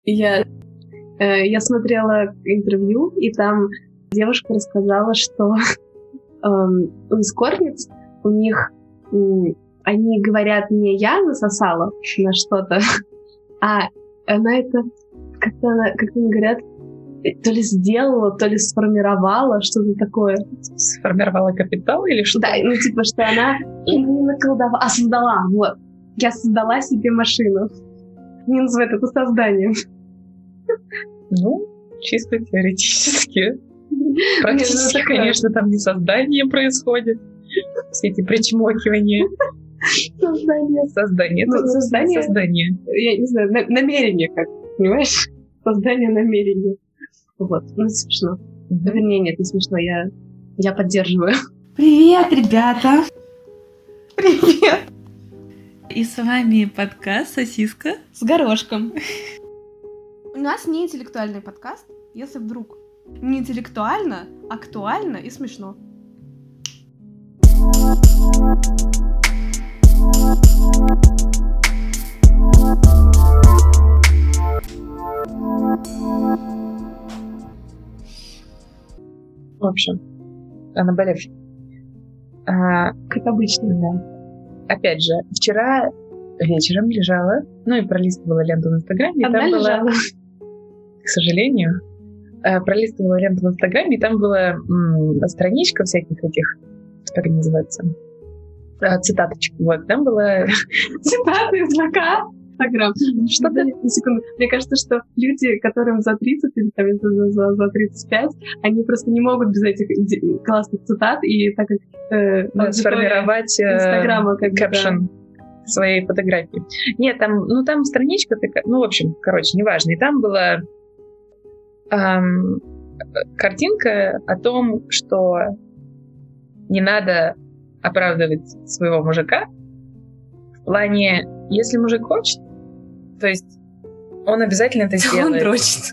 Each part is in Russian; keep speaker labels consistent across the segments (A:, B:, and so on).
A: Я смотрела интервью, и там девушка рассказала, что у эскортниц, у них они говорят не «я насосала на что-то», а она это, как они говорят, то ли сделала, то ли сформировала, что-то такое.
B: Сформировала капитал или что?
A: Да, типа, что она не наколдовала, а создала. Вот. Я создала себе машину. Не называют это созданием.
B: Чисто теоретически. Практически, конечно, там не создание происходит. Все эти причмокивания. Создание. Создание.
A: Я не знаю, намерение как, понимаешь? Создание намерения. Вот, смешно. Вернее, нет, не смешно, я поддерживаю.
C: Привет, ребята! Привет! И с вами подкаст «Сосиска
D: с горошком». У нас не интеллектуальный подкаст, если вдруг не интеллектуально, актуально и смешно.
B: В общем, наболевший.
A: Как обычно, да.
B: Опять же, вчера вечером лежала, и пролистывала ленту в Инстаграме.
A: Одна
B: и там
A: лежала?
B: Была, к сожалению, пролистывала ленту в Инстаграме, и там была страничка всяких этих, как они называются, цитаточек. Вот, там была
A: цитаты из ВК. Инстаграм. Что-то, секунду. Мне кажется, что люди, которым за 30 или там, за 35, они просто не могут без этих классных цитат и так как
B: сформировать
A: Инстаграма как
B: кэпшн своей фотографии. Нет, там страничка такая, в общем, неважно. И там была картинка о том, что не надо оправдывать своего мужика в плане, если мужик хочет, то есть он обязательно это сделает.
A: Он дрочит.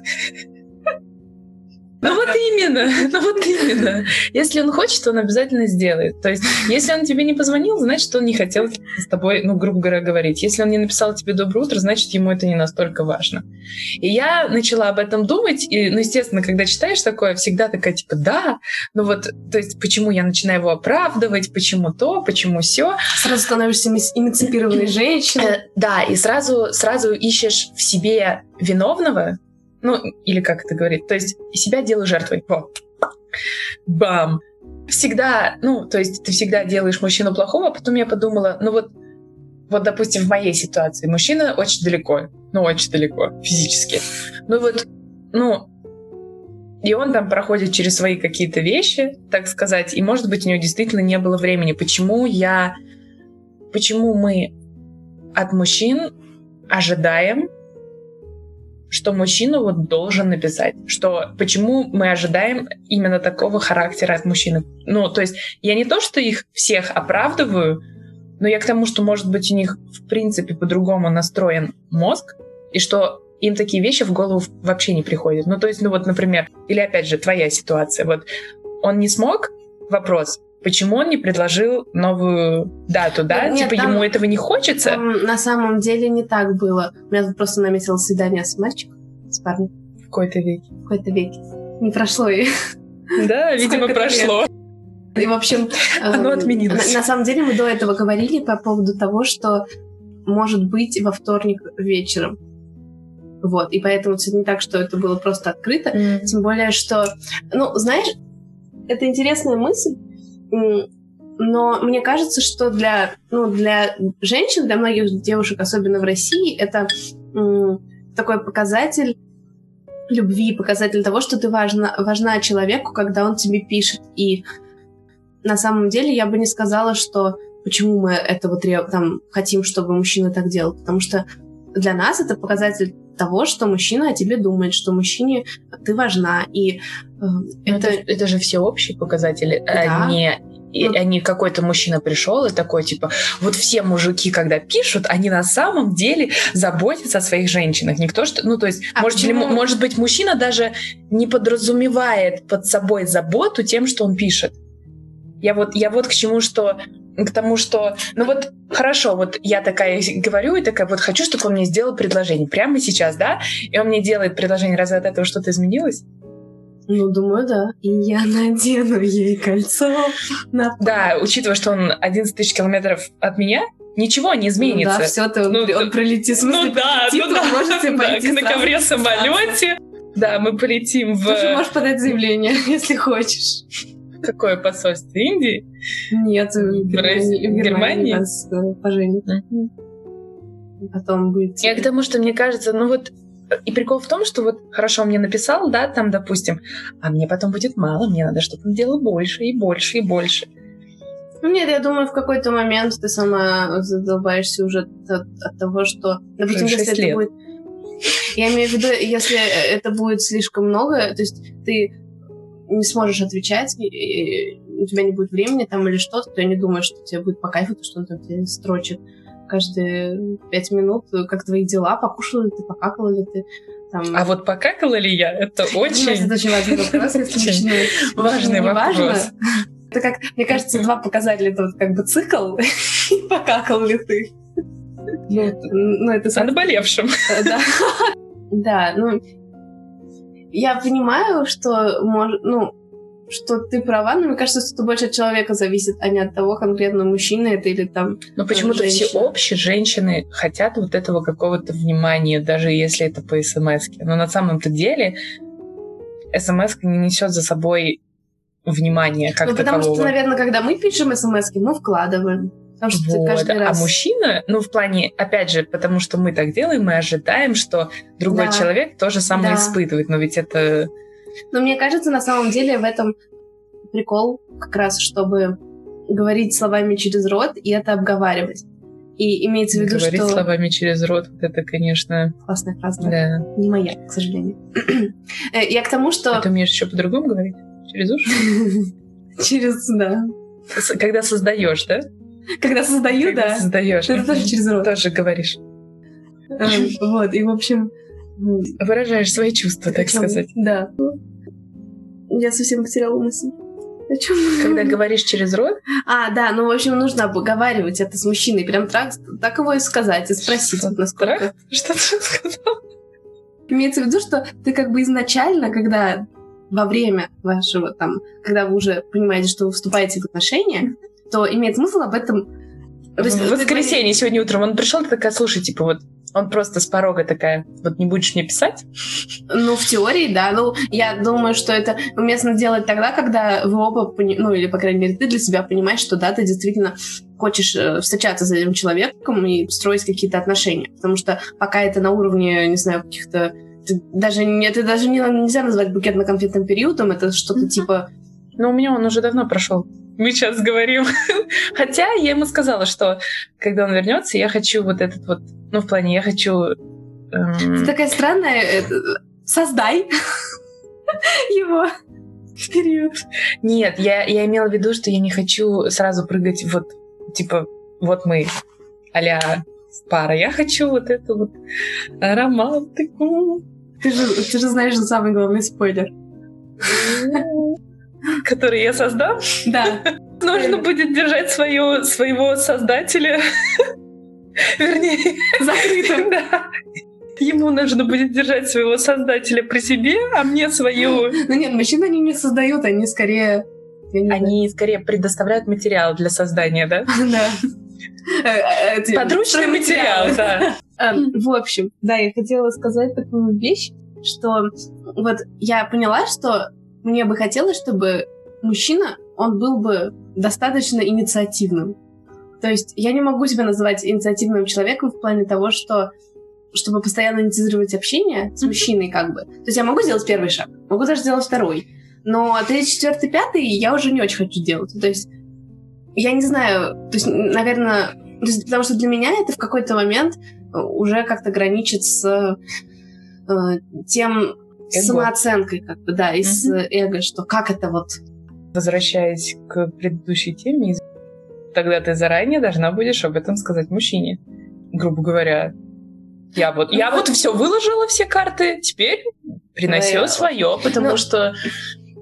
B: Вот именно. Если он хочет, он обязательно сделает. То есть, если он тебе не позвонил, значит, он не хотел с тобой, грубо говоря, говорить. Если он не написал тебе «доброе утро», значит, ему это не настолько важно. И я начала об этом думать, и, естественно, когда читаешь такое, всегда такая, да, то есть, почему я начинаю его оправдывать, почему то, почему сё.
A: Сразу становишься эмансипированной женщиной.
B: Да, и сразу ищешь в себе виновного, или как это говорить, то есть себя делаю жертвой. Бам! Всегда, то есть ты всегда делаешь мужчину плохого, а потом я подумала, вот, допустим, в моей ситуации мужчина очень далеко физически. И он там проходит через свои какие-то вещи, так сказать, и, может быть, у него действительно не было времени. Почему мы от мужчин ожидаем, что мужчина должен написать, почему мы ожидаем именно такого характера от мужчины. То есть я не то, что их всех оправдываю, но я к тому, что, может быть, у них в принципе по-другому настроен мозг, и что им такие вещи в голову вообще не приходят. То есть, например, или опять же твоя ситуация. Он не смог, вопрос, почему он не предложил новую дату, да?
A: Нет,
B: ему этого не хочется?
A: На самом деле не так было. У меня тут просто наметилось свидание с мальчиком, с парнем.
B: В какой-то веке.
A: Не прошло и...
B: Да, видимо, прошло.
A: И, в общем...
B: Оно отменилось.
A: На самом деле мы до этого говорили по поводу того, что может быть во вторник вечером. Вот, и поэтому это не так, что это было просто открыто. Тем более, что... знаешь, это интересная мысль, но мне кажется, что для женщин, для многих девушек, особенно в России, это такой показатель любви, показатель того, что ты важна человеку, когда он тебе пишет. И на самом деле я бы не сказала, что почему мы этого хотим, чтобы мужчина так делал, потому что для нас это показатель того, что мужчина о тебе думает, что мужчине ты важна. И
B: это же всеобщие показатели,
A: да.
B: А не какой-то мужчина пришел и такой, вот все мужики, когда пишут, они на самом деле заботятся о своих женщинах. Никто, то есть, может быть, мужчина даже не подразумевает под собой заботу тем, что он пишет. Я вот к чему, что к тому, что, ну вот, хорошо, вот я такая говорю и такая, вот хочу, чтобы он мне сделал предложение прямо сейчас, да? И он мне делает предложение, разве от этого что-то изменилось?
A: Ну, думаю, да. И я надену ей кольцо на палец.
B: Да, учитывая, что он 11 тысяч километров от меня, ничего не изменится.
A: Ну, да, все, он пролетит. В смысле,
B: вы можете пойти на ковре-самолете. Да, мы полетим в...
A: Ты же можешь подать заявление, если хочешь.
B: Какое посольство? Индии?
A: Нет, в Германии нас поженят. Потом будет...
B: Я к тому, что мне кажется, ну вот... И прикол в том, что вот хорошо он мне написал, да, там, допустим, а мне потом будет мало, мне надо, чтобы он делал больше и больше и больше.
A: Нет, я думаю, в какой-то момент ты сама задолбаешься уже от того, что... Допустим, если это будет... Я имею в виду, если это будет слишком много, то есть ты не сможешь отвечать, и у тебя не будет времени там или что-то, то я не думаю, что тебе будет по кайфу, то, что он там тебе строчит каждые 5 минут, как твои дела, покушала ли ты, покакала ли ты. Там...
B: А вот покакала ли я? Это очень...
A: Это очень важный вопрос, если
B: важный вопрос.
A: Это как, мне кажется, два показателя. Это вот как бы цикл, и покакал ли ты. Ну, это...
B: О наболевшем.
A: Да. Да, ну... Я понимаю, что, что ты права, но мне кажется, что это больше от человека зависит, а не от того, конкретно мужчина это или там
B: но почему-то все общие женщины хотят вот этого какого-то внимания, даже если это по смс-ке. Но на самом-то деле смс-ка не несет за собой внимания как такового.
A: Потому что, наверное, когда мы пишем смс-ки, мы вкладываем. Потому что
B: вот.
A: Каждый раз...
B: А мужчина, ну, в плане, опять же, потому что мы так делаем, мы ожидаем, что другой человек то же самое испытывает. Но ведь это...
A: Но мне кажется, на самом деле в этом прикол как раз, чтобы говорить словами через рот и это обговаривать. И имеется в виду,
B: говорить
A: что...
B: словами через рот, это, конечно...
A: Классная фраза.
B: Да.
A: Не моя, к сожалению. Я к тому, что...
B: А ты умеешь еще по-другому говорить? Через уши?
A: Через, да.
B: Когда создаешь, да?
A: Когда создаю,
B: когда
A: да.
B: Создаешь.
A: Ты тоже через рот.
B: Тоже говоришь.
A: Вот, и в общем...
B: Выражаешь свои чувства, так сказать.
A: Да. Я совсем потеряла мысль. О чем?
B: Когда говоришь через рот?
A: Да, ну, в общем, нужно обговаривать это с мужчиной. Прям так его и сказать, и спросить, насколько...
B: Что ты сказал?
A: Имеется в виду, что ты как бы изначально, когда во время вашего там, когда вы уже понимаете, что вы вступаете в отношения, то имеет смысл об этом...
B: В воскресенье сегодня утром он пришел, ты такая, слушай, типа вот он просто с порога такая, вот не будешь мне писать?
A: Ну, в теории, да. Ну, я думаю, что это уместно делать тогда, когда вы оба, ну, или, по крайней мере, ты для себя понимаешь, что, да, ты действительно хочешь встречаться с этим человеком и строить какие-то отношения. Потому что пока это на уровне, не знаю, каких-то... Это даже нельзя назвать букетно-конфетным периодом, это что-то типа...
B: Ну, у меня он уже давно прошел. Мы сейчас говорим. Хотя я ему сказала, что когда он вернется, я хочу вот этот вот, ну, в плане, я хочу...
A: Ты такая странная, создай его в период.
B: Нет, я имела в виду, что я не хочу сразу прыгать вот, типа, вот мы а-ля пара. Я хочу вот эту вот романтику.
A: Ты же знаешь самый главный спойлер.
B: Который я создам?
A: Да.
B: Нужно будет держать своего создателя. Вернее,
A: закрытым.
B: Да. Ему нужно будет держать своего создателя при себе, а мне свою...
A: Ну нет, мужчины они не создают, они скорее...
B: Они скорее предоставляют материал для создания, да?
A: Да.
B: Подручный материал, да.
A: В общем, да, я хотела сказать такую вещь, что вот я поняла, что мне бы хотелось, чтобы мужчина, он был бы достаточно инициативным. То есть я не могу себя называть инициативным человеком в плане того, что чтобы постоянно инициировать общение с мужчиной, как бы. То есть я могу сделать первый шаг, могу даже сделать второй, но третий, четвертый, пятый я уже не очень хочу делать. То есть я не знаю, то есть, наверное, потому что для меня это в какой-то момент уже как-то граничит с тем... С самооценкой, как бы, да, и с эго, что как это вот...
B: Возвращаясь к предыдущей теме, тогда ты заранее должна будешь об этом сказать мужчине. Грубо говоря, я вот все выложила, все карты, теперь приноси свое, потому что...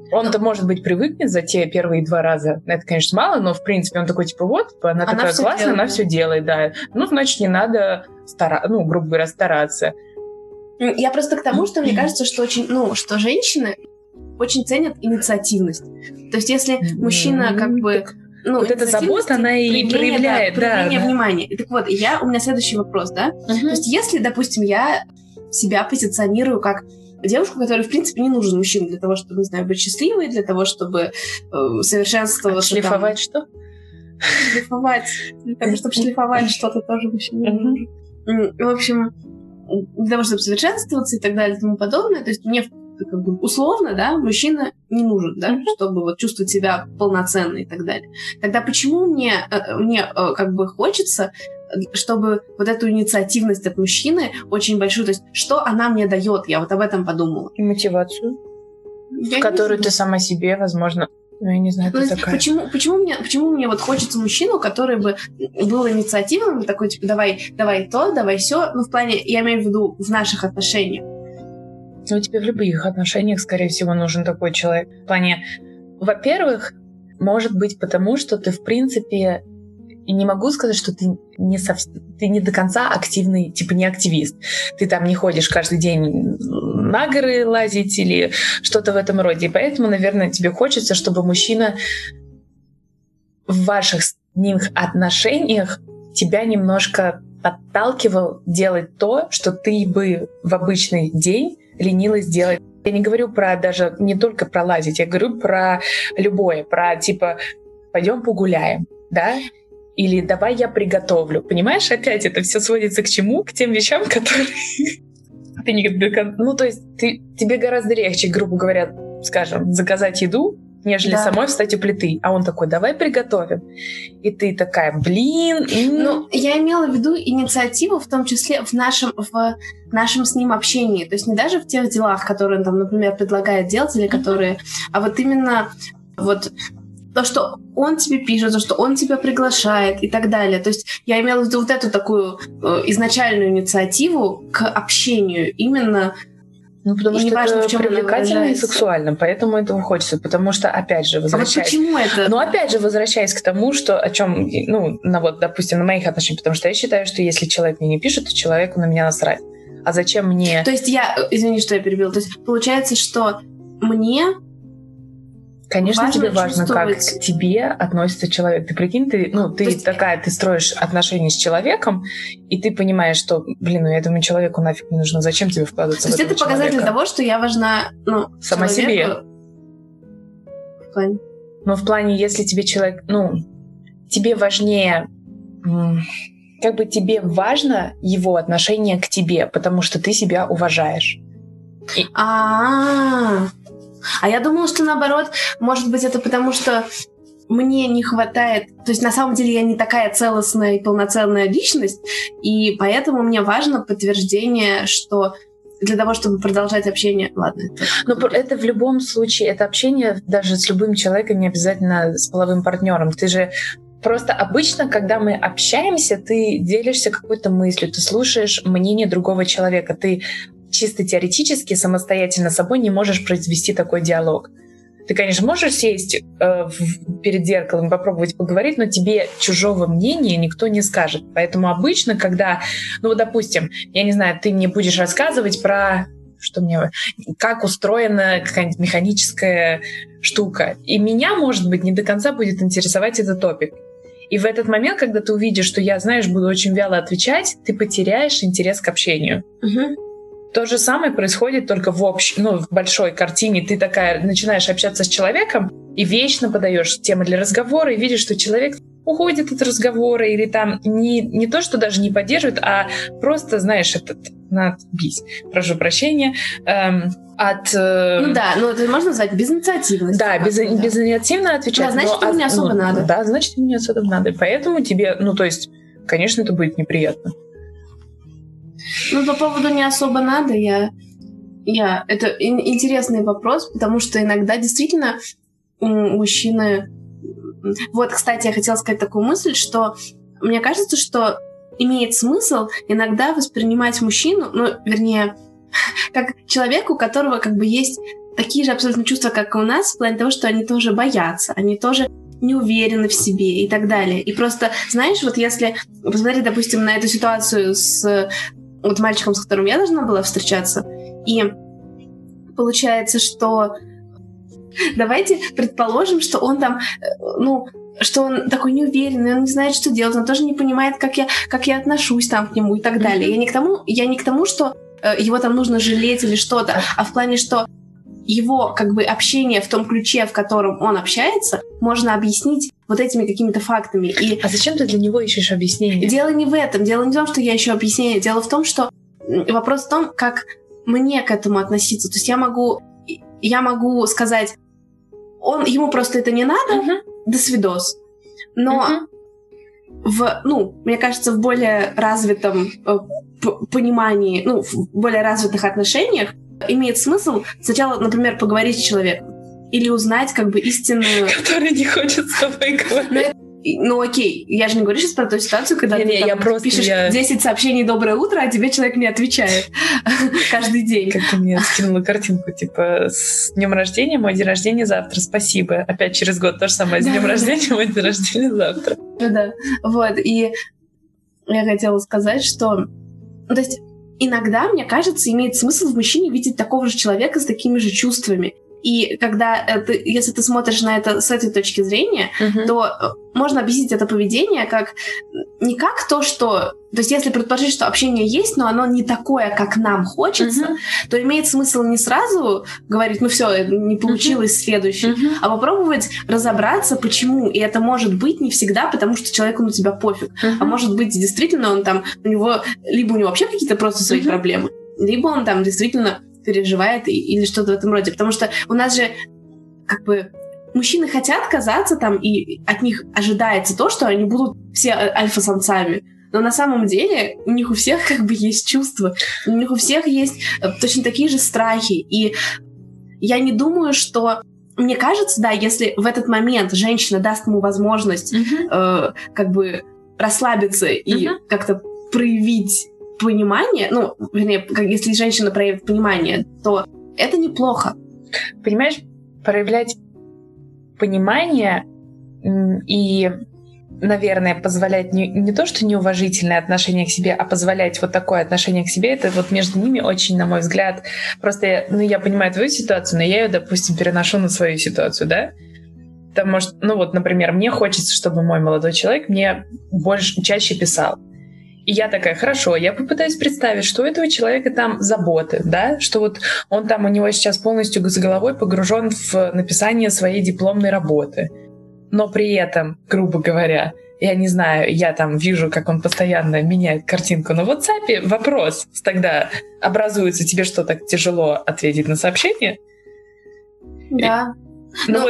B: Он-то, может быть, привыкнет за те первые 2 раза. Это, конечно, мало, но, в принципе, он такой, типа, вот, она такая классная, она все делает, да. Ну, значит, не надо, грубо говоря, стараться.
A: Я просто к тому, что мне кажется, что что женщины очень ценят инициативность. То есть, если мужчина как бы...
B: вот эта забота, она и проявляет,
A: проявление внимания. Так вот, у меня следующий вопрос, да? То есть, если, допустим, я себя позиционирую как девушку, которой, в принципе, не нужен мужчина для того, чтобы, не знаю, быть счастливой, для того, чтобы совершенствоваться.
B: Шлифовать что?
A: Шлифовать. Для того, чтобы шлифовать что-то тоже мужчине не нужен. В общем, для того, чтобы совершенствоваться и так далее и тому подобное. То есть мне как бы условно, да, мужчина не нужен, да, чтобы вот чувствовать себя полноценно и так далее. Тогда почему мне как бы хочется, чтобы вот эту инициативность от мужчины очень большую, то есть что она мне дает, я вот об этом подумала.
B: И мотивацию, которую ты сама себе, возможно, я не знаю, кто такая.
A: Почему мне вот хочется мужчину, который бы был инициативным, такой, типа, давай то, давай сё, в плане, я имею в виду, в наших отношениях.
B: Ну, тебе в любых отношениях, скорее всего, нужен такой человек. В плане, во-первых, может быть потому, что ты, в принципе, и не могу сказать, что ты не до конца активный, типа не активист. Ты там не ходишь каждый день на горы лазить или что-то в этом роде. И поэтому, наверное, тебе хочется, чтобы мужчина в ваших с ним отношениях тебя немножко подталкивал делать то, что ты бы в обычный день ленилась делать. Я не говорю даже не только про лазить, я говорю про любое, про типа пойдем погуляем, да? Или давай я приготовлю. Понимаешь, опять это все сводится к чему? К тем вещам, которые ты не... Ну, то есть тебе гораздо легче, грубо говоря, скажем, заказать еду, нежели самой встать у плиты. А он такой, давай приготовим. И ты такая, блин.
A: Ну, я имела в виду инициативу, в том числе в нашем с ним общении. То есть не даже в тех делах, которые он там, например, предлагает делать, или которые... А вот именно вот то, что он тебе пишет, то, что он тебя приглашает и так далее. То есть я имела в виду вот эту такую изначальную инициативу к общению именно.
B: Ну, потому что
A: неважно,
B: это
A: в чем
B: привлекательно и сексуально, поэтому этого хочется. Потому что, опять же, возвращаясь...
A: А вот почему это?
B: Ну, опять же, возвращаясь к тому, о чем, допустим, на моих отношениях, потому что я считаю, что если человек мне не пишет, то человеку на меня насрать. А зачем мне... То есть
A: извини, что я перебила, то есть получается, что мне...
B: Конечно, тебе важно, как к тебе относится человек. Ты прикинь, ты строишь отношения с человеком, и ты понимаешь, что, этому человеку нафиг не нужно. Зачем тебе вкладываться в этого человека?
A: То есть это показатель того, что я важна,
B: сама себе.
A: В плане?
B: В плане, если тебе человек, тебе важнее, тебе важно его отношение к тебе, потому что ты себя уважаешь.
A: А я думала, что наоборот, может быть, это потому, что мне не хватает... То есть на самом деле я не такая целостная и полноценная личность, и поэтому мне важно подтверждение, что для того, чтобы продолжать общение... Ладно.
B: Но это в любом случае, это общение даже с любым человеком, не обязательно с половым партнером. Ты же... Просто обычно, когда мы общаемся, ты делишься какой-то мыслью, ты слушаешь мнение другого человека, ты чисто теоретически самостоятельно собой не можешь произвести такой диалог. Ты, конечно, можешь сесть перед зеркалом, попробовать поговорить, но тебе чужого мнения никто не скажет. Поэтому обычно, когда, допустим, я не знаю, ты мне будешь рассказывать про как устроена какая-нибудь механическая штука, и меня, может быть, не до конца будет интересовать этот топик. И в этот момент, когда ты увидишь, что я, буду очень вяло отвечать, ты потеряешь интерес к общению.
A: Угу.
B: То же самое происходит только в большой картине. Ты такая начинаешь общаться с человеком и вечно подаешь темы для разговора, и видишь, что человек уходит от разговора или там не то, что даже не поддерживает, а просто, надбись, прошу прощения,
A: это можно назвать безинициативностью.
B: Да, безинициативно отвечать.
A: Да, значит, ему не особо надо.
B: Да, значит, ему не особо надо. Поэтому тебе, конечно, это будет неприятно.
A: По поводу не особо надо, это интересный вопрос, потому что иногда действительно мужчины... Вот, кстати, я хотела сказать такую мысль, что мне кажется, что имеет смысл иногда воспринимать мужчину, как человека, у которого есть такие же абсолютно чувства, как и у нас, в плане того, что они тоже боятся, они тоже не уверены в себе и так далее. И просто, знаешь, вот если посмотреть, допустим, на эту ситуацию с вот мальчиком, с которым я должна была встречаться, и получается, что давайте предположим, что он там, что он такой неуверенный, он не знает, что делать, он тоже не понимает, как я отношусь там к нему и так далее. Я не к тому, что его там нужно жалеть или что-то, а в плане, что его как бы общение в том ключе, в котором он общается, можно объяснить вот этими какими-то фактами.
B: А зачем ты для него ищешь объяснение?
A: Дело не в этом, дело не в том, что я ищу объяснение, дело в том, что вопрос в том, как мне к этому относиться. То есть я могу сказать, ему просто это не надо, до свидос. Но мне кажется, в более развитом понимании, в более развитых отношениях имеет смысл сначала, например, поговорить с человеком или узнать как бы истинную...
B: Который не хочет с тобой говорить.
A: Окей, я же не говорю сейчас про ту ситуацию, когда ты пишешь 10 сообщений «Доброе утро», а тебе человек не отвечает каждый день.
B: Как ты мне скинула картинку, типа, с днем рождения, мой день рождения завтра, спасибо. Опять через год то же самое, с днем рождения, мой день рождения завтра.
A: Да, вот, и я хотела сказать, что... то есть иногда, мне кажется, имеет смысл в мужчине видеть такого же человека с такими же чувствами. И если ты смотришь на это с этой точки зрения, то можно объяснить это поведение как не как то, что... То есть если предположить, что общение есть, но оно не такое, как нам хочется, то имеет смысл не сразу говорить, все, не получилось, следующее, а попробовать разобраться, почему. И это может быть не всегда, потому что человеку на тебя пофиг. А может быть, действительно, у него вообще какие-то просто свои проблемы, либо он там действительно переживает или что-то в этом роде. Потому что у нас же как бы мужчины хотят казаться там, и от них ожидается то, что они будут все альфа-самцами. Но на самом деле у них у всех как бы есть чувства. У них у всех есть точно такие же страхи. И я не думаю, что... Мне кажется, да, если в этот момент женщина даст ему возможность как бы расслабиться и как-то проявить понимание, если женщина проявит понимание, то это неплохо.
B: Понимаешь, проявлять понимание и, наверное, позволять не то, что неуважительное отношение к себе, а позволять вот такое отношение к себе, это вот между ними очень, на мой взгляд, просто я понимаю твою ситуацию, но я ее, допустим, переношу на свою ситуацию, да? Потому что, например, мне хочется, чтобы мой молодой человек мне чаще писал. И я такая, хорошо, я попытаюсь представить, что у этого человека там заботы, да, что вот он там, у него сейчас полностью с головой погружен в написание своей дипломной работы. Но при этом, грубо говоря, я не знаю, я там вижу, как он постоянно меняет картинку на WhatsApp. Вопрос тогда образуется, тебе что, так тяжело ответить на сообщение?
A: Да.
B: Но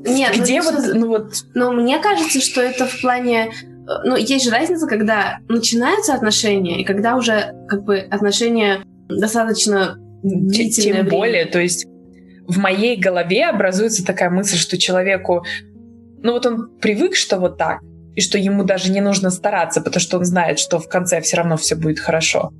A: мне кажется, что это в плане... есть же разница, когда начинаются отношения, и когда уже как бы отношения достаточно длительное время.
B: Тем более, то есть в моей голове образуется такая мысль, что человеку, он привык, что вот так, и что ему даже не нужно стараться, потому что он знает, что в конце все равно все будет хорошо.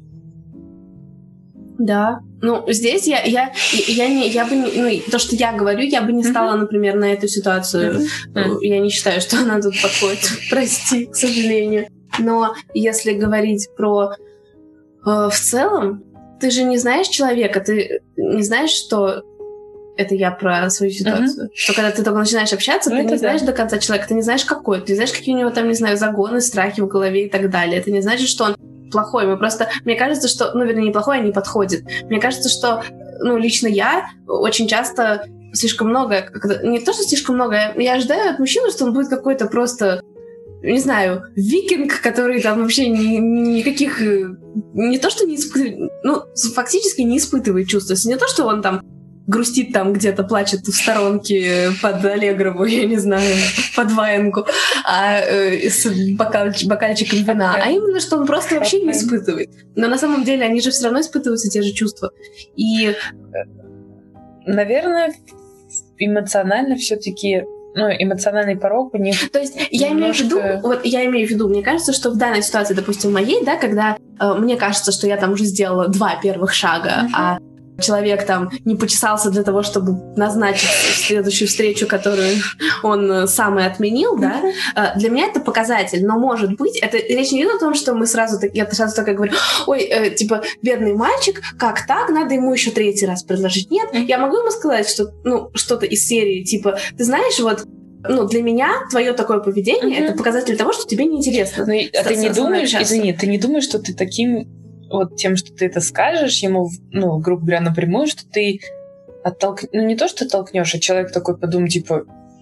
A: Да. Здесь я бы не... то, что я говорю, я бы не стала, например, на эту ситуацию. Я не считаю, что она тут подходит. Прости, к сожалению. Но если говорить про... в целом, ты же не знаешь человека, ты не знаешь, что... Это я про свою ситуацию. Что когда ты только начинаешь общаться, ты не знаешь до конца человека, ты не знаешь, какой. Ты не знаешь, какие у него там, не знаю, загоны, страхи в голове и так далее. Это не значит, что он плохой. Мне кажется, что, вернее, не плохой, а не подходит. Мне кажется, что, лично я очень часто слишком много, не то, что слишком много, я ожидаю от мужчины, что он будет какой-то просто, не знаю, викинг, который там вообще никаких, не то, что не испытывает, фактически не испытывает чувств. Не то, что он там грустит там где-то, плачет в сторонке под Аллегрову, я не знаю, под Ваенгу, с бокальчиком вина, а именно, что он просто вообще не испытывает. Но на самом деле они же все равно испытываются те же чувства. И,
B: наверное, эмоционально все-таки, эмоциональный порог у них.
A: То есть я имею в виду, мне кажется, что в данной ситуации, допустим, моей, да, когда мне кажется, что я там уже сделала 2 первых шага, а человек там не почесался для того, чтобы назначить следующую встречу, которую он сам и отменил, да, для меня это показатель, но может быть, это речь не идет о том, что я сразу такая говорю, ой, типа, бедный мальчик, как так, надо ему еще 3-й раз предложить. Нет, я могу ему сказать, что, что-то из серии, типа, ты знаешь, вот, для меня твое такое поведение это показатель того, что тебе неинтересно.
B: А ты не думаешь, извини, ты не думаешь, что ты таким вот тем, что ты это скажешь ему, грубо говоря, напрямую, что ты не то, что толкнешь, а человек такой подумает, типа,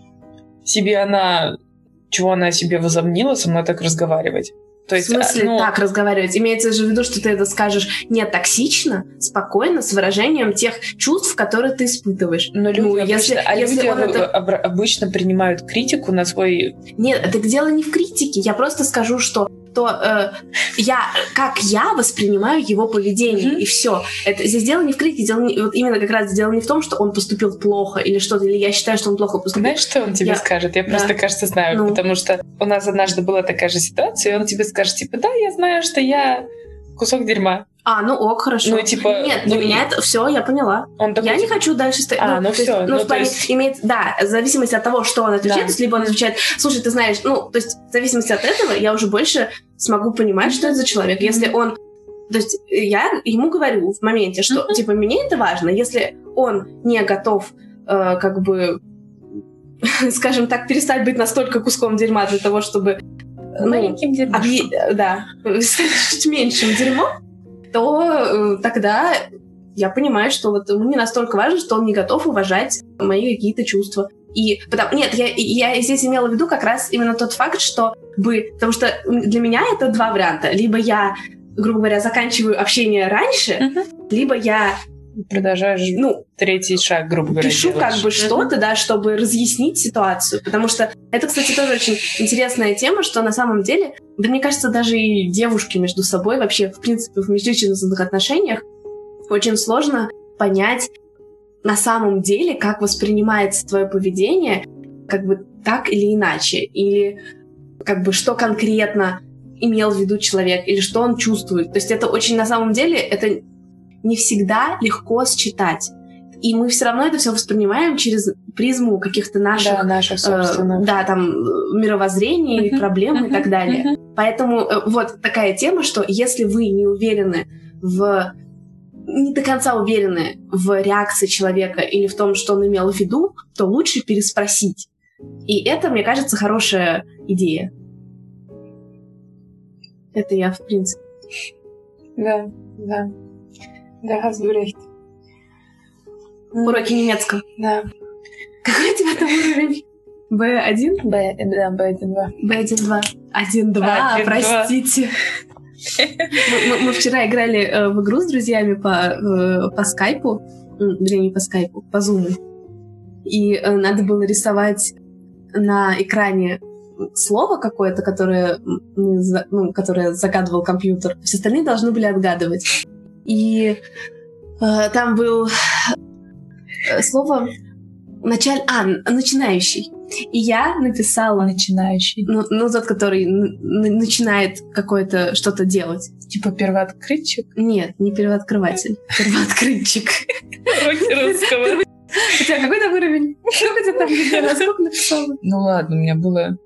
B: чего она себе возомнила со мной так разговаривать? То есть,
A: в смысле так разговаривать? Имеется же в виду, что ты это скажешь не токсично, спокойно, с выражением тех чувств, которые ты испытываешь.
B: Но люди обычно принимают критику на свой...
A: Нет, это дело не в критике. Я просто скажу, что как я воспринимаю его поведение, и все. Здесь дело не в критике, именно как раз дело не в том, что он поступил плохо или что-то, или я считаю, что он плохо поступил.
B: Знаешь, что он тебе скажет? Я просто, кажется, знаю, потому что у нас однажды была такая же ситуация, и он тебе скажет, типа, да, я знаю, что я кусок дерьма.
A: Хорошо. Нет, для меня это все, я поняла. Я не хочу дальше стоять. В зависимости от того, что он отвечает, то есть либо он отвечает, слушай, ты знаешь, то есть в зависимости от этого я уже больше смогу понимать, что это за человек. Если он... То есть я ему говорю в моменте, что, типа, мне это важно. Если он не готов, скажем так, перестать быть настолько куском дерьма для того, чтобы...
B: Маленьким дерьмом.
A: Чуть меньшим дерьмом, то тогда я понимаю, что вот ему не настолько важно, что он не готов уважать мои какие-то чувства. Нет, я здесь имела в виду как раз именно тот факт, потому что для меня это 2 варианта. Либо я, грубо говоря, заканчиваю общение раньше, либо я...
B: Продолжаешь 3-й шаг, грубо говоря,
A: пишу
B: делаешь.
A: Что-то, да, чтобы разъяснить ситуацию. Потому что это, кстати, тоже очень интересная тема, что на самом деле, да мне кажется, даже и девушки между собой вообще, в принципе, в межличностных отношениях очень сложно понять на самом деле, как воспринимается твое поведение, так или иначе. Или что конкретно имел в виду человек, или что он чувствует. То есть это очень, на самом деле, это не всегда легко считать. И мы все равно это все воспринимаем через призму каких-то наших собственных, мировоззрений, проблем и так далее. Поэтому вот такая тема, что если вы не уверены не до конца уверены в реакции человека или в том, что он имел в виду, то лучше переспросить. И это, мне кажется, хорошая идея. Это я, в принципе.
B: Да. Да, hast du recht.
A: Уроки немецкого.
B: Да.
A: Какой у тебя там уровень? B1?
B: B1-2.
A: 1-2, простите. Мы вчера играли в игру с друзьями по скайпу. Не по скайпу, по зуму. И надо было рисовать на экране слово какое-то, которое загадывал компьютер. То есть остальные должны были отгадывать. И там было слово начинающий. И я написала...
B: Начинающий.
A: Тот, который начинает какое-то что-то делать.
B: Типа первооткрытчик?
A: Нет, не первооткрыватель. Первооткрытчик.
B: Уроки русского.
A: У тебя какой там уровень? Сколько ты там сколько написала?
B: Ладно, у меня было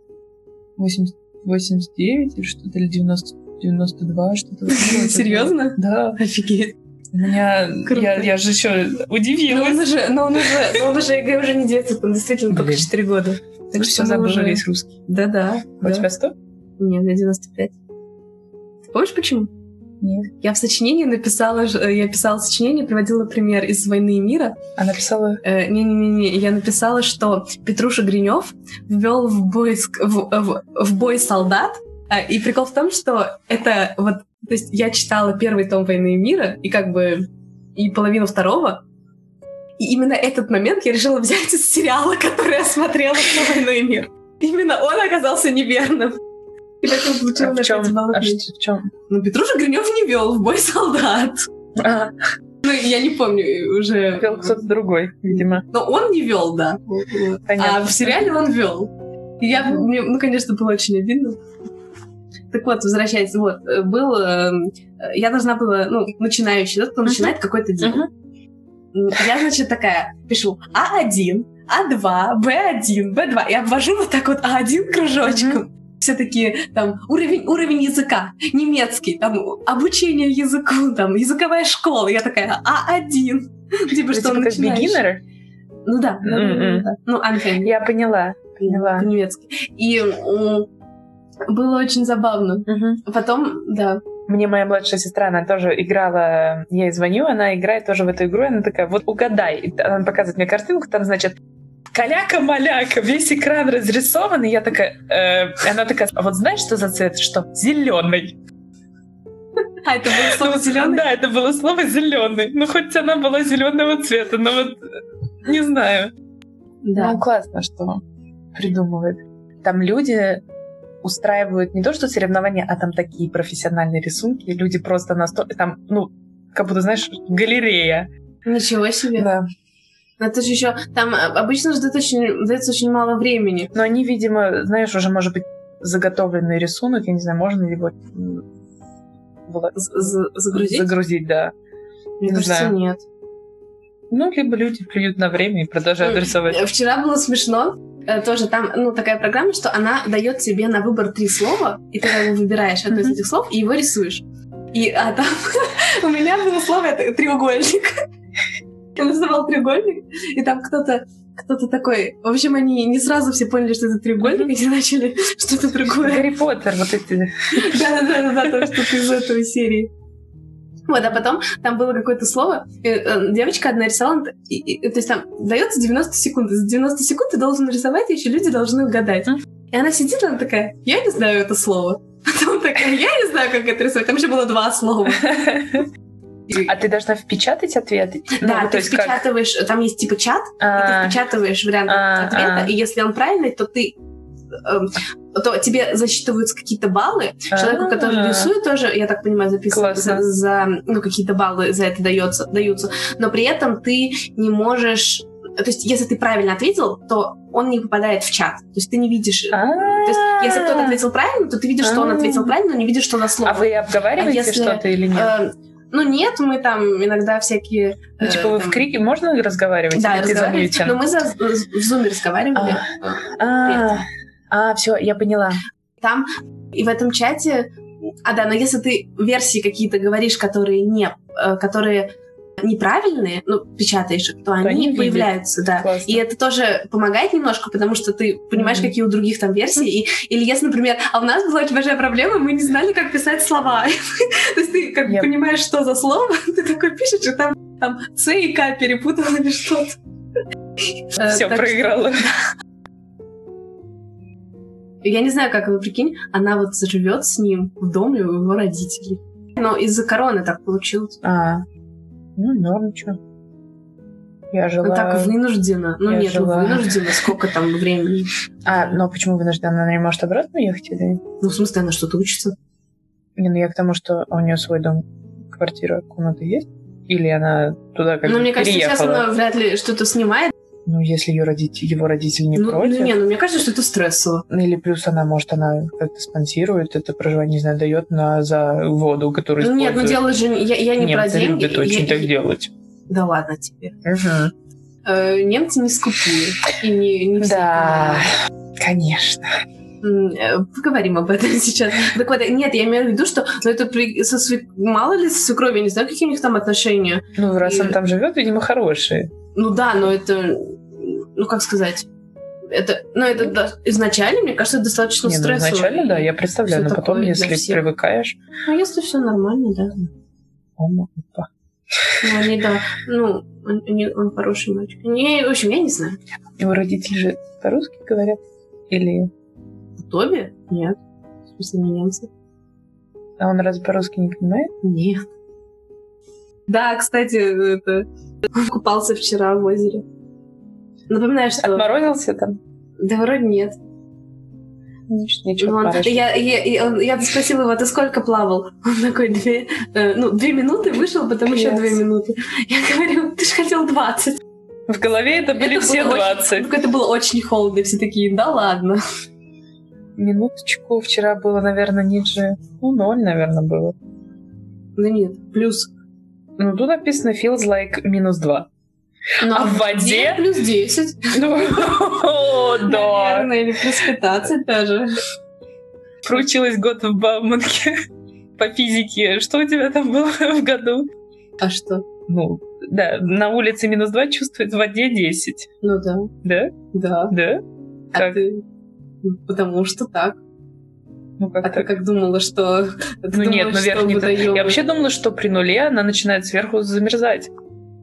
B: 89 или что-то, или 92, что-то.
A: Серьезно?
B: Да.
A: Офигеть.
B: Я же еще удивилась.
A: Но он уже ЕГЭ уже не детство, он действительно только 4 года.
B: Так что забыла весь русский.
A: Да.
B: У тебя 100?
A: Нет, у меня 95. Ты помнишь, почему?
B: Нет.
A: Я в сочинении писала сочинение, приводила пример из «Войны и мира».
B: А написала?
A: Я написала, что Петруша Гринёв ввел в бой солдат. И прикол в том, что это вот... То есть я читала 1-й том «Войны и мира» и половину 2-го. И именно этот момент я решила взять из сериала, который я смотрела про «Войну и мир». Именно он оказался неверным. И поэтому получила на 5 баллов.
B: В чем?
A: Петруша Гринёв не вел в бой солдат. Я не помню уже.
B: Вел кто-то другой, видимо.
A: Но он не вел, да.
B: Понятно.
A: А в сериале он вел. И мне, конечно, было очень обидно. Так вот, возвращаясь, я должна была, начинающий, кто начинает какое-то дело. я, значит, такая пишу А1, А2, Б1, Б2. И обвожу вот так вот А1 кружочком. Все такие, там, уровень языка, немецкий, там, обучение языку, там, языковая школа. Я такая, А1. Типа, что он начинаешь.
B: Beginner?
A: Ну да. Ну, Anfänger.
B: Я поняла.
A: По-немецки. И было очень забавно. Потом, да.
B: Мне моя младшая сестра, она тоже играла, я ей звоню, она играет тоже в эту игру, и она такая, вот угадай. И она показывает мне картинку, там, значит, каляка-маляка, весь экран разрисован, и я такая, она такая, а вот знаешь, что за цвет? Что? Зеленый.
A: А, это было слово зеленый?
B: Да, это было слово зеленый. Ну, хоть она была зеленого цвета, но вот не знаю.
A: Да.
B: Ну, классно, что придумывает. Там люди устраивают не то что соревнования, а там такие профессиональные рисунки. Люди просто настолько... Там, ну, как будто, знаешь, галерея.
A: Ничего себе.
B: Да.
A: Но это же еще... Там обычно дается очень мало времени.
B: Но они, видимо, знаешь, уже, может быть, заготовленный рисунок. Я не знаю, можно ли его...
A: Загрузить?
B: Загрузить, да.
A: Мне кажется, нет.
B: Ну, либо люди плюют на время и продолжают рисовать.
A: Вчера было смешно. Тоже там, ну, такая программа, что она дает тебе на выбор 3 слова, и ты его выбираешь одно из этих слов, и его рисуешь. А там у меня было слово это треугольник. Я называл треугольник, и там кто-то такой... В общем, они не сразу все поняли, что это треугольник, и начали что-то другое.
B: Гарри Поттер, вот эти...
A: Да, там что-то из этой серии. Вот, а потом там было какое-то слово, девочка одна рисовала, то есть там дается 90 секунд, и за 90 секунд ты должен нарисовать, и еще люди должны угадать. И она сидит, она такая, я не знаю это слово. Потом такая, я не знаю, как это рисовать. Там еще было 2 слова.
B: А ты должна впечатать ответ?
A: Да, ты впечатываешь, там есть типа чат, и ты впечатываешь вариант ответа, и если он правильный, то то тебе засчитываются какие-то баллы. Человеку, который рисует, тоже, я так понимаю, записывается за какие-то баллы за это даются. Но при этом ты не можешь... То есть, если ты правильно ответил, то он не попадает в чат. То есть, ты не видишь... То есть, если кто-то ответил правильно, то ты видишь, что он ответил правильно, но не видишь, что на слово.
B: А вы обговариваете что-то или нет?
A: Ну, нет, мы там иногда всякие...
B: Ну, типа, вы в крике можно разговаривать?
A: Да, разговаривать. Но мы в зуме разговаривали.
B: Все, я поняла.
A: Там и в этом чате... но если ты версии какие-то говоришь, которые неправильные, печатаешь, то они появляются, да.
B: Классно.
A: И это тоже помогает немножко, потому что ты понимаешь, какие у других там версии. Или если, например, у нас была очень большая проблема, мы не знали, как писать слова. То есть ты как понимаешь, что за слово, ты такой пишешь, и там С и К перепутал или что-то.
B: Все, проиграла.
A: Я не знаю, как вы, прикинь, она вот живет с ним в доме у его родителей. Но из-за короны так получилось.
B: Ну, норм, чё. Я жила...
A: Ну, так вынуждена. Вынуждена. Сколько там времени?
B: Но почему вынуждена? Она не может обратно уехать или...
A: Ну, в смысле, она что-то учится?
B: Я к тому, что у нее свой дом, квартира, комната есть? Или она туда как-то переехала?
A: Мне кажется, сейчас она вряд ли что-то снимает.
B: Ну, если его родители не против.
A: Мне кажется, что это стрессово.
B: Или плюс она как-то спонсирует это проживание, не знаю, дает за воду, которую используют.
A: Нет, дело же... Я не про деньги.
B: Немцы любят очень так делать.
A: Да ладно тебе.
B: Угу.
A: Немцы не скупые. И не все.
B: Да, конечно.
A: Поговорим об этом сейчас. Так вот, нет, я имею в виду, что это мало ли со свекровью, я не знаю, какие у них там отношения.
B: Ну, раз он там живет, видимо, хорошие.
A: Ну да, но это, как сказать, это изначально, мне кажется, достаточно стрессово.
B: Изначально, да, я представляю, но потом, если привыкаешь...
A: Ну, если все нормально, да.
B: Опа.
A: Они, да, он хороший мальчик. В общем, я не знаю.
B: Его родители же по-русски говорят? Или...
A: Тоби? Нет. В смысле, не немцы.
B: А он разве по-русски не понимает?
A: Нет. Да, кстати, он купался вчера в озере. Напоминаю, что...
B: Отморозился там?
A: Да вроде нет.
B: Ничего,
A: я спросила его, ты сколько плавал? Он такой, 2 минуты, вышел, потом еще 2 минуты. Я говорю, ты же хотел 20.
B: В голове это были все 20.
A: Это было очень холодно, все такие, да ладно.
B: Минуточку, вчера было, наверное, ниже, 0, наверное, было.
A: Да нет, плюс.
B: Тут написано feels like -2. А в воде?
A: Плюс 10.
B: Ну, да.
A: Наверное, или плюс 15 даже.
B: Проучилась год в Бауманке по физике. Что у тебя там было в году?
A: А что?
B: Ну, да, на улице -2 чувствует, в воде 10.
A: Ну да.
B: Да?
A: Да.
B: Да?
A: А
B: Как?
A: ты? Потому что так.
B: Ну, как
A: А ты
B: так?
A: как думала, что... Ты
B: Ну нет,
A: думаешь,
B: наверх
A: что
B: не...
A: водоёмы-
B: Я вообще думала, что при нуле она начинает сверху замерзать.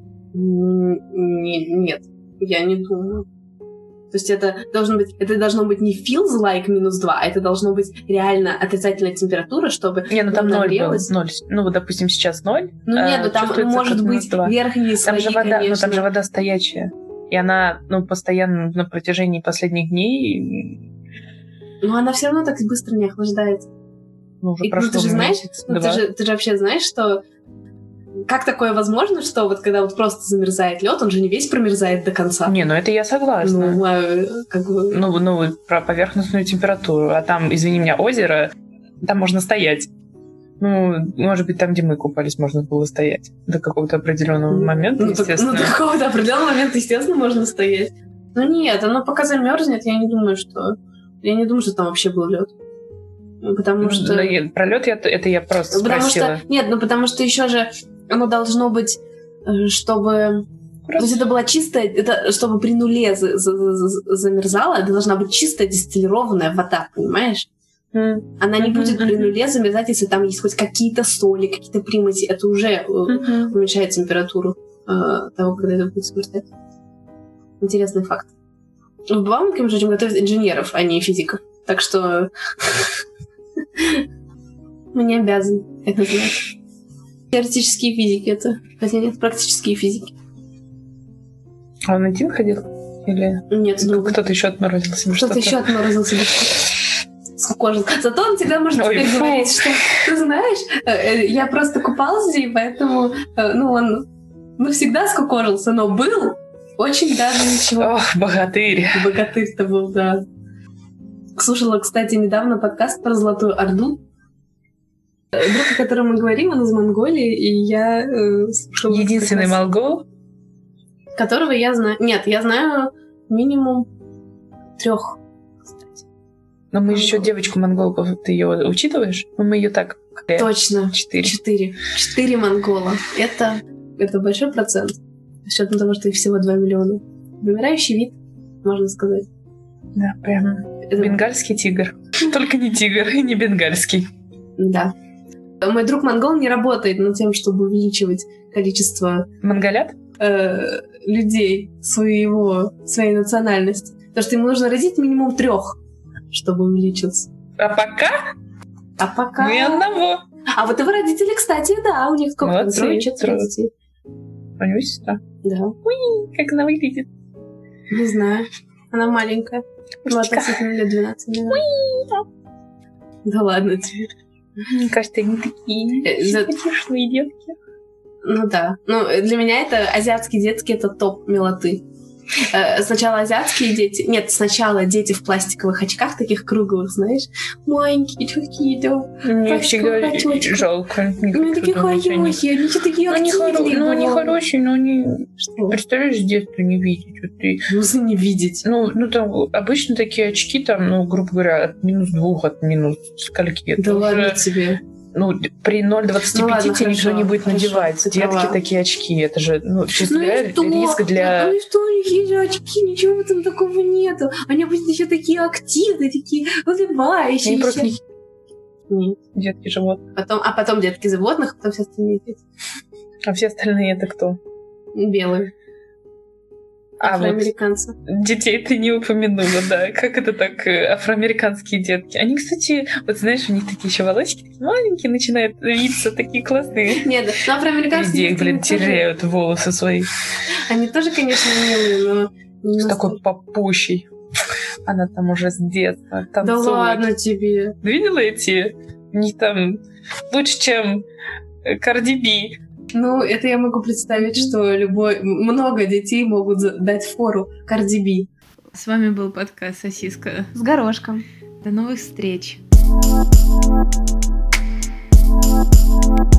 A: Нет, я не думаю. То есть это должно быть не feels like -2, а это должно быть реально отрицательная температура, чтобы
B: Не, ну там 0 был,
A: нагрелась.
B: 0. Ну, вот, допустим, сейчас 0.
A: Ну нет, ну там
B: чувствуется
A: может
B: как
A: быть
B: -2.
A: верхние
B: Там
A: слои,
B: же вода,
A: конечно.
B: ну там же вода стоячая. И она, ну, постоянно на протяжении последних дней...
A: Но она все равно так быстро не охлаждается.
B: Ну, уже
A: И
B: прошло
A: ты же знаешь,
B: месяц,
A: ну,
B: два.
A: ты же вообще знаешь, что как такое возможно, что вот когда вот просто замерзает лед, он же не весь промерзает до конца.
B: Не, ну это я согласна.
A: Ну, как бы...
B: Ну, про поверхностную температуру. А там, извини меня, озеро, там можно стоять. Ну, может быть, там, где мы купались, можно было стоять. До какого-то определенного момента, естественно.
A: Ну, до какого-то определенного момента, естественно, можно стоять. Ну нет, оно пока замерзнет, я не думаю, что там вообще был лед. Потому что...
B: Ну, про лед это я просто спросила.
A: Потому что еще же оно должно быть, чтобы... То есть это была чистая... Это, чтобы при нуле замерзало, это должна быть чистая дистиллированная вода, понимаешь? Она не будет при нуле замерзать, если там есть хоть какие-то соли, какие-то примеси. Это уже уменьшает температуру того, когда это будет замерзать. Интересный факт. В Бауманке мы же будем готовить инженеров, а не физиков. Так что мы не обязаны это знать. Теоретические физики это. Хотя нет, практические физики.
B: А он один ходил? Или
A: Нет,
B: кто-то еще отморозился?
A: Кто-то еще отморозился. Скукожился. Зато он всегда может теперь говорить, что ты знаешь, я просто купался, и поэтому он всегда скукожился, но был очень даже ничего.
B: Ох, богатырь.
A: Богатырь-то был, да. Слушала, кстати, недавно подкаст про Золотую Орду. Друг, о котором мы говорим, он из Монголии, и я слушала...
B: Единственный монгол?
A: Которого я знаю... Нет, я знаю минимум 3, кстати.
B: Но мы еще девочку-монголку, ты ее учитываешь? Мы ее так...
A: Точно. 4 монгола. Это большой процент. С учетом того, что их всего 2 миллиона. Вымирающий вид, можно сказать.
B: Да, прям бенгальский тигр. Только не тигр и не бенгальский.
A: Да. Мой друг монгол не работает над тем, чтобы увеличивать количество...
B: Монголят?
A: Людей своей национальности. Потому что ему нужно родить минимум 3, чтобы увеличиться.
B: А пока? Ни одного.
A: А вот его родители, кстати, да, у них сколько?
B: Молодцы.
A: 3-4 детей.
B: У него сестра.
A: Да.
B: Уи, как она выглядит.
A: Не знаю. Она маленькая. Ну, относительно лет 12. Да ладно тебе.
B: Мне кажется, они такие смешные детки.
A: Ну да. Ну, для меня это азиатские детки, это топ милоты. Сначала азиатские дети... Нет, сначала дети в пластиковых очках, таких круглых, знаешь. Маленькие такие, да.
B: Мне всегда жалко.
A: Они такие хорошие, они все такие активные.
B: Ну, они хорошие, но они...
A: Что?
B: Представляешь, с детства не видеть. Вот ты...
A: Ну, не видеть.
B: Ну, там обычно такие очки, там, ну, грубо говоря, от -2, от минус скольки.
A: Да ладно тебе.
B: Ну, при 0,25 тебе никто не будет надевать. Детки
A: права.
B: Такие очки. Это же, честно говоря, риск для...
A: Ну и что, у них есть же очки, ничего в этом такого нету. Они обычно еще такие активные, такие улыбающиеся.
B: Они просто не...
A: Нет.
B: Детки животных.
A: Потом детки животных, а потом все остальные дети.
B: А все остальные это кто?
A: Белые. Афроамериканцы.
B: Вот детей ты не упомянула, да. Как это так, афроамериканские детки? Они, кстати, вот знаешь, у них такие еще волосики такие маленькие, начинают виться, такие классные.
A: Нет, но афроамериканские
B: детки... Везде, теряют волосы свои.
A: Они тоже, конечно, милые, но...
B: С такой попущей. Она там уже с детства танцует.
A: Да ладно тебе.
B: Видела эти? У них там лучше, чем Cardi B.
A: Ну, это я могу представить, что много детей могут дать фору Cardi B.
C: С вами был подкаст «Сосиска»
D: с горошком.
C: До новых встреч!